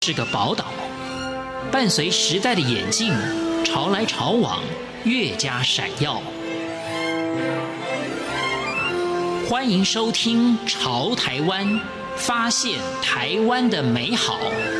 是个宝岛，伴随时代的演进，潮来潮往，越加闪耀。欢迎收听《潮台湾》，发现台湾的美好。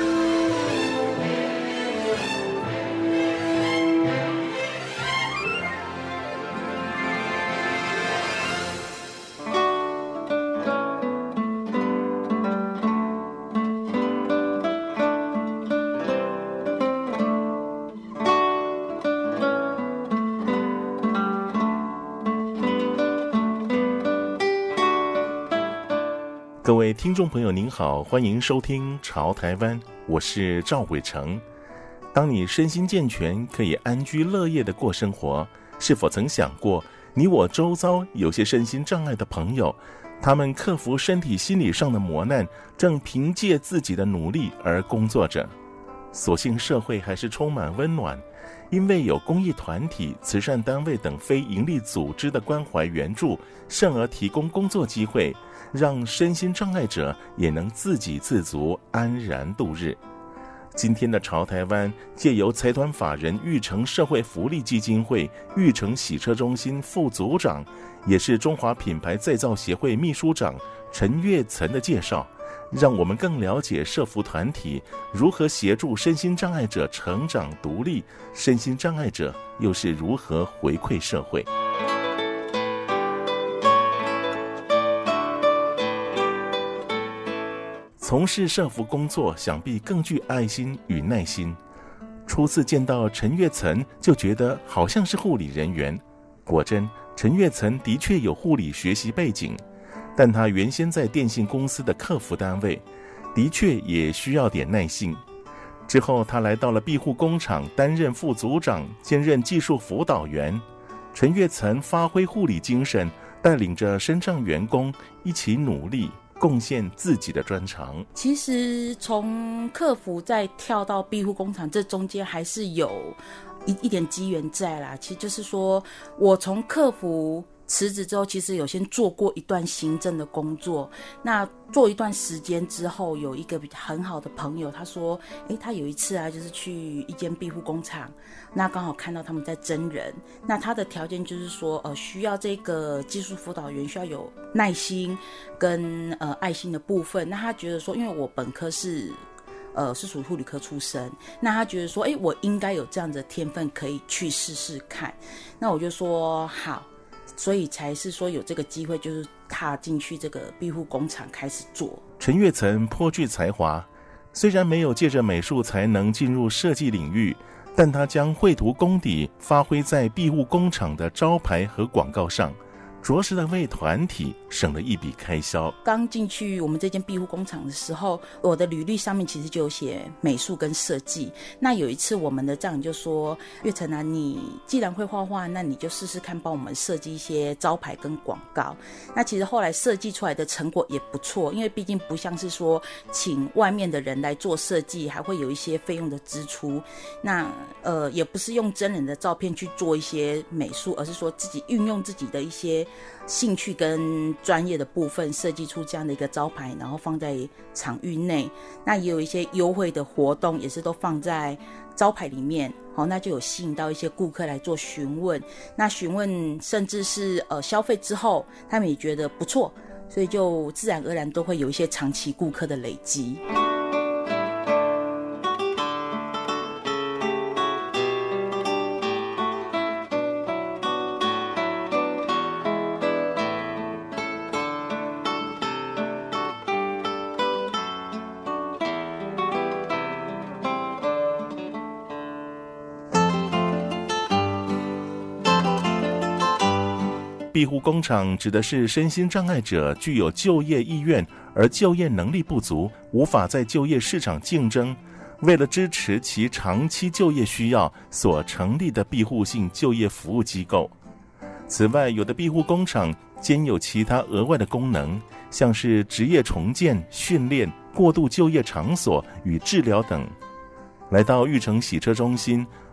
各位听众朋友您好，欢迎收听潮台湾，我是赵伟成。当你身心健全，可以安居乐业的过生活，是否曾想过你我周遭有些身心障碍的朋友，他们克服身体心理上的磨难，正凭借自己的努力而工作着。所幸社会还是充满温暖，因为有公益团体、慈善单位等非营利组织的关怀援助，甚而提供工作机会，让身心障碍者也能自给自足，安然度日。今天的潮台湾借由财团法人育成社会福利基金会育成洗车中心副组长，也是中华品牌再造协会秘书长陈月岑的介绍，让我们更了解社福团体如何协助身心障碍者成长独立，身心障碍者又是如何回馈社会。从事社福工作想必更具爱心与耐心。初次见到陈月岑就觉得好像是护理人员，果真陈月岑的确有护理学习背景，但他原先在电信公司的客服单位，的确也需要点耐性。之后他来到了庇护工厂担任副组长，兼任技术辅导员。陈月岑发挥护理精神，带领着身障员工一起努力，贡献自己的专长。 其实从客服再跳到庇护工厂，这中间还是有一点机缘在啦。其实就是说我从客服辞职之后，其实有先做过一段行政的工作。那做一段时间之后，有一个很好的朋友，他说他有一次啊，就是去一间庇护工厂，那刚好看到他们在征人，那他的条件就是说需要这个技术辅导员需要有耐心跟爱心的部分。那他觉得说，因为我本科是属于护理科出身，那他觉得说我应该有这样的天分，可以去试试看。那我就说好，所以才是说有这个机会，就是踏进去这个庇护工厂开始做。 陈月岑颇具才华，虽然没有借着美术才能进入设计领域，但他将绘图功底发挥在庇护工厂的招牌和广告上，着实的为团体省了一笔开销。 刚进去我们这间庇护工厂的时候，我的履历上面其实就有写美术跟设计。那有一次我们的站长就说，月岑啊，你既然会画画，那你就试试看帮我们设计一些招牌跟广告。那其实后来设计出来的成果也不错，因为毕竟不像是说请外面的人来做设计，还会有一些费用的支出。那也不是用真人的照片去做一些美术，而是说自己运用自己的一些兴趣跟专业的部分，设计出这样的一个招牌，然后放在场域内。那也有一些优惠的活动，也是都放在招牌里面。那就有吸引到一些顾客来做询问。那询问甚至是消费之后，他们也觉得不错，所以就自然而然都会有一些长期顾客的累积。 庇护工厂指的是身心障碍者具有就业意愿，而就业能力不足，无法在就业市场竞争，为了支持其长期就业需要所成立的庇护性就业服务机构。此外，有的庇护工厂兼有其他额外的功能，像是职业重建、训练、过渡就业场所与治疗等。来到育成洗车中心，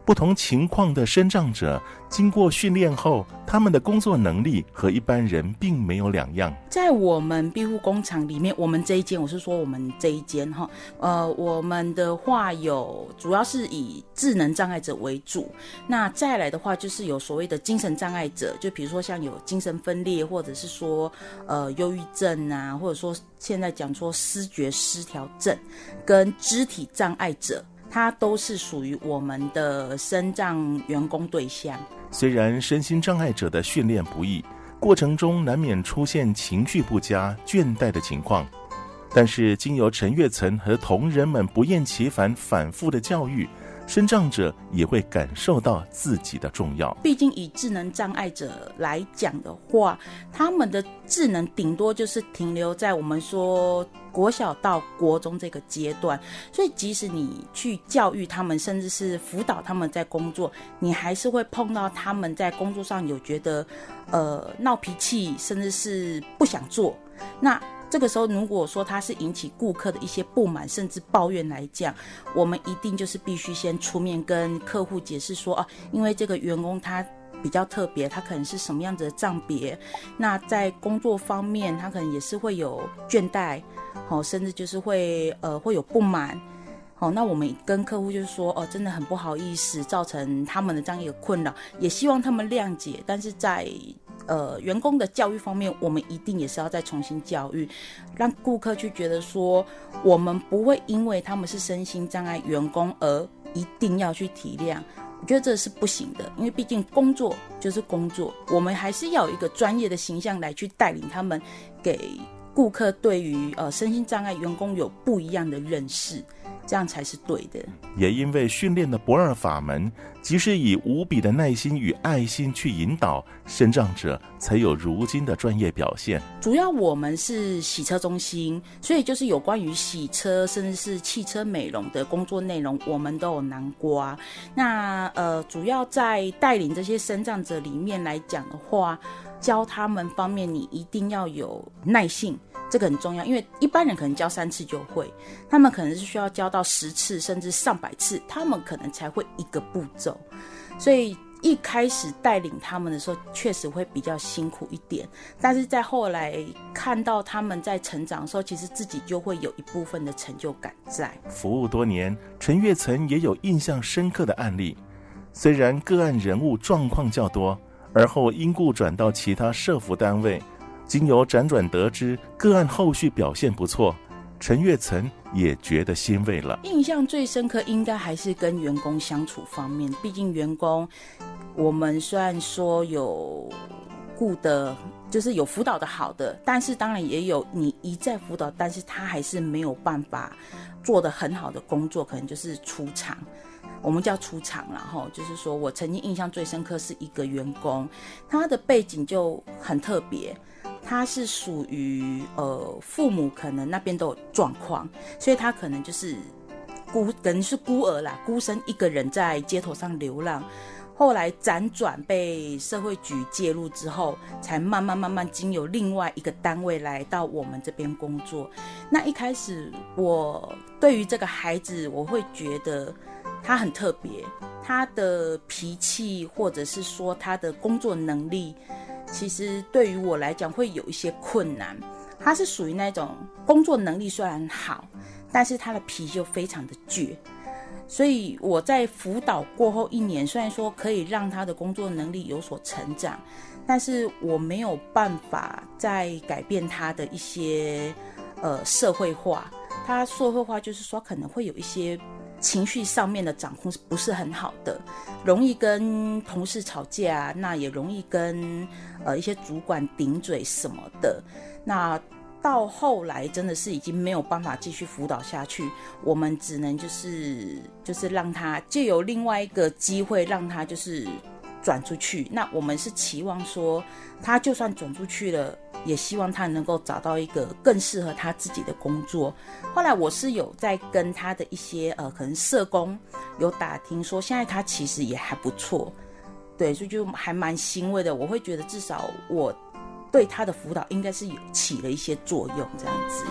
不同情况的身障者经过训练后，他们的工作能力和一般人并没有两样。 在我们庇护工厂里面，我们这一间，我是说我们这一间哈，我们的话主要是以智能障碍者为主，那再来的话就是有所谓的精神障碍者，就比如说像有精神分裂，或者是说忧郁症啊，或者说现在讲说思觉失调症跟肢体障碍者，它都是属于我们的身障员工对象。 虽然身心障碍者的训练不易，过程中难免出现情绪不佳、倦怠的情况，但是经由陈月岑和同仁们不厌其烦、反复的教育，身障者也会感受到自己的重要。 毕竟以智能障碍者来讲的话，他们的智能顶多就是停留在我们说国小到国中这个阶段，所以即使你去教育他们，甚至是辅导他们在工作，你还是会碰到他们在工作上有觉得闹脾气，甚至是不想做。那这个时候如果说他是引起顾客的一些不满甚至抱怨来讲，我们一定就是必须先出面跟客户解释说因为这个员工他比较特别，他可能是什么样子的障别，那在工作方面他可能也是会有倦怠，甚至就是会有不满。那我们跟客户就是说真的很不好意思造成他们的这样一个困扰，也希望他们谅解，但是在员工的教育方面，我们一定也是要再重新教育，让顾客去觉得说我们不会因为他们是身心障碍员工而一定要去体谅，我觉得这是不行的，因为毕竟工作就是工作，我们还是要有一个专业的形象来去带领他们，给顾客对于身心障碍员工有不一样的认识，这样才是对的。 也因为训练的不二法门，即是以无比的耐心与爱心去引导，身障者才有如今的专业表现。 主要我们是洗车中心，所以就是有关于洗车甚至是汽车美容的工作内容，我们都有囊括。那主要在带领这些身障者里面来讲的话，教他们方面你一定要有耐性，这个很重要，因为一般人可能教3次就会，他们可能是需要教到10次甚至上百次，他们可能才会一个步骤，所以一开始带领他们的时候确实会比较辛苦一点，但是在后来看到他们在成长的时候，其实自己就会有一部分的成就感在。 服务多年，陈月岑也有印象深刻的案例，虽然个案人物状况较多，而后因故转到其他社福单位，经由辗转得知个案后续表现不错，陈月岑也觉得欣慰了。 印象最深刻应该还是跟员工相处方面，毕竟员工我们虽然说有顾的就是有辅导的好的，但是当然也有你一再辅导，但是他还是没有办法做得很好的工作，可能就是出场，我们叫出场啦，就是说我曾经印象最深刻是一个员工，他的背景就很特别，他是属于父母可能那边都有状况，所以他可能就是可能是孤儿啦，孤身一个人在街头上流浪，后来辗转被社会局介入之后，才慢慢经由另外一个单位来到我们这边工作。那一开始我对于这个孩子，我会觉得他很特别，他的脾气或者是说他的工作能力，其实对于我来讲会有一些困难。他是属于那种工作能力虽然好，但是他的脾气就非常的倔，所以我在辅导过后1年，虽然说可以让他的工作能力有所成长，但是我没有办法再改变他的一些社会化。他社会化就是说可能会有一些情绪上面的掌控不是很好的，容易跟同事吵架，那也容易跟一些主管顶嘴什么的。那到后来真的是已经没有办法继续辅导下去，我们只能就是让他借由另外一个机会让他就是转出去。那我们是期望说他就算转出去了，也希望他能够找到一个更适合他自己的工作。后来我是有在跟他的一些可能社工有打听说，现在他其实也还不错，对，所以就还蛮欣慰的。我会觉得至少我对他的辅导应该是有起了一些作用，这样子。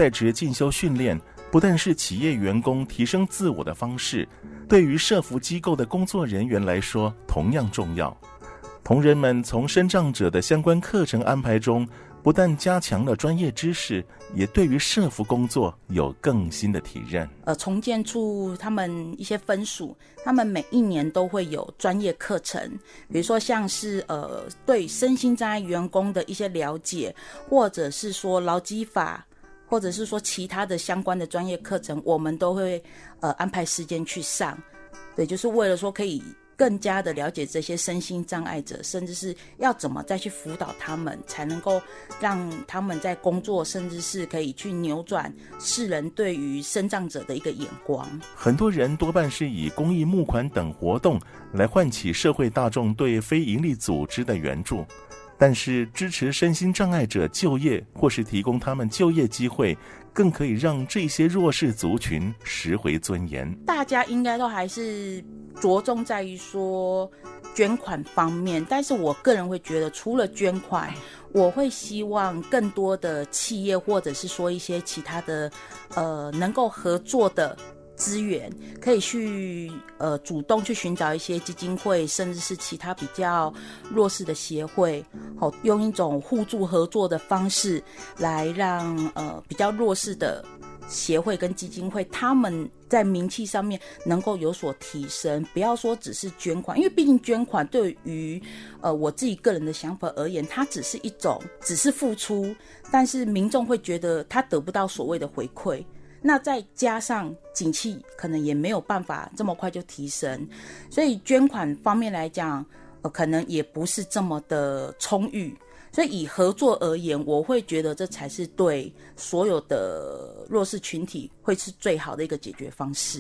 在职进修训练不但是企业员工提升自我的方式，对于社福机构的工作人员来说同样重要。同仁们从身障者的相关课程安排中，不但加强了专业知识，也对于社福工作有更新的体认。 重建处他们一些分署，他们每一年都会有专业课程，比如说像是对身心障碍员工的一些了解，或者是说劳基法，或者是说其他的相关的专业课程，我们都会安排时间去上。对，就是为了说可以更加的了解这些身心障碍者，甚至是要怎么再去辅导他们，才能够让他们在工作，甚至是可以去扭转世人对于身障者的一个眼光。 很多人多半是以公益募款等活动来唤起社会大众对非营利组织的援助，但是支持身心障碍者就业，或是提供他们就业机会，更可以让这些弱势族群拾回尊严。 大家应该都还是着重在于说捐款方面，但是我个人会觉得，除了捐款，我会希望更多的企业，或者是说一些其他的能够合作的资源，可以去主动去寻找一些基金会，甚至是其他比较弱势的协会，用一种互助合作的方式来让比较弱势的协会跟基金会，他们在名气上面能够有所提升，不要说只是捐款，因为毕竟捐款对于我自己个人的想法而言，它只是一种只是付出，但是民众会觉得他得不到所谓的回馈，那再加上景气可能也没有办法这么快就提升，所以捐款方面来讲可能也不是这么的充裕。所以以合作而言，我会觉得这才是对所有的弱势群体会是最好的一个解决方式。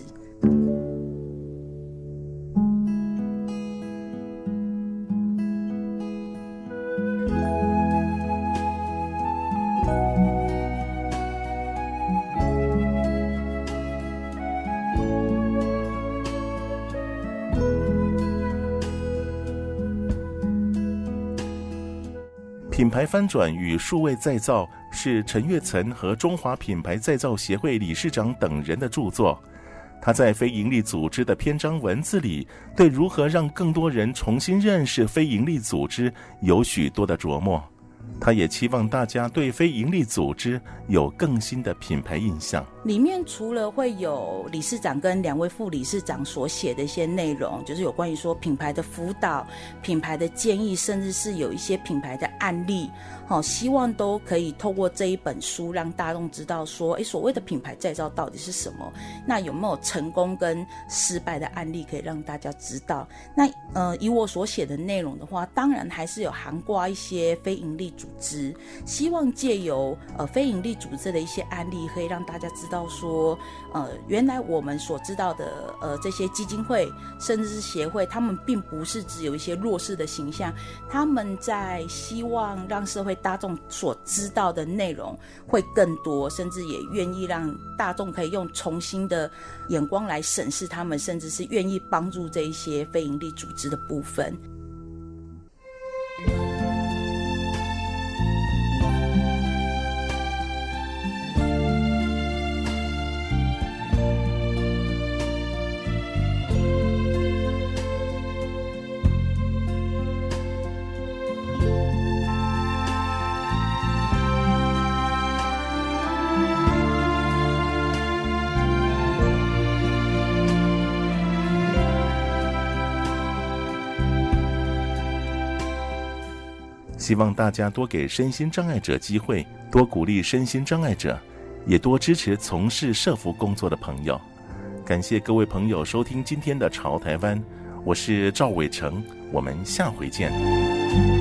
品牌翻转与数位再造是陈月岑和中华品牌再造协会理事长等人的著作。他在非营利组织的篇章文字里，对如何让更多人重新认识非营利组织有许多的琢磨。他也期望大家对非营利组织有更新的品牌印象。 里面除了会有理事长跟2位副理事长所写的一些内容，就是有关于说品牌的辅导、品牌的建议，甚至是有一些品牌的案例，希望都可以透过这一本书让大众知道说，所谓的品牌再造到底是什么，那有没有成功跟失败的案例可以让大家知道。那以我所写的内容的话，当然还是有涵盖一些非营利组织，希望借由非营利组织的一些案例，可以让大家知道说原来我们所知道的这些基金会甚至是协会，他们并不是只有一些弱势的形象，他们在希望让社会大众所知道的内容会更多，甚至也愿意让大众可以用重新的眼光来审视他们，甚至是愿意帮助这一些非营利组织的部分。 希望大家多给身心障碍者机会，多鼓励身心障碍者，也多支持从事社福工作的朋友。感谢各位朋友收听今天的潮台湾，我是赵伟成，我们下回见。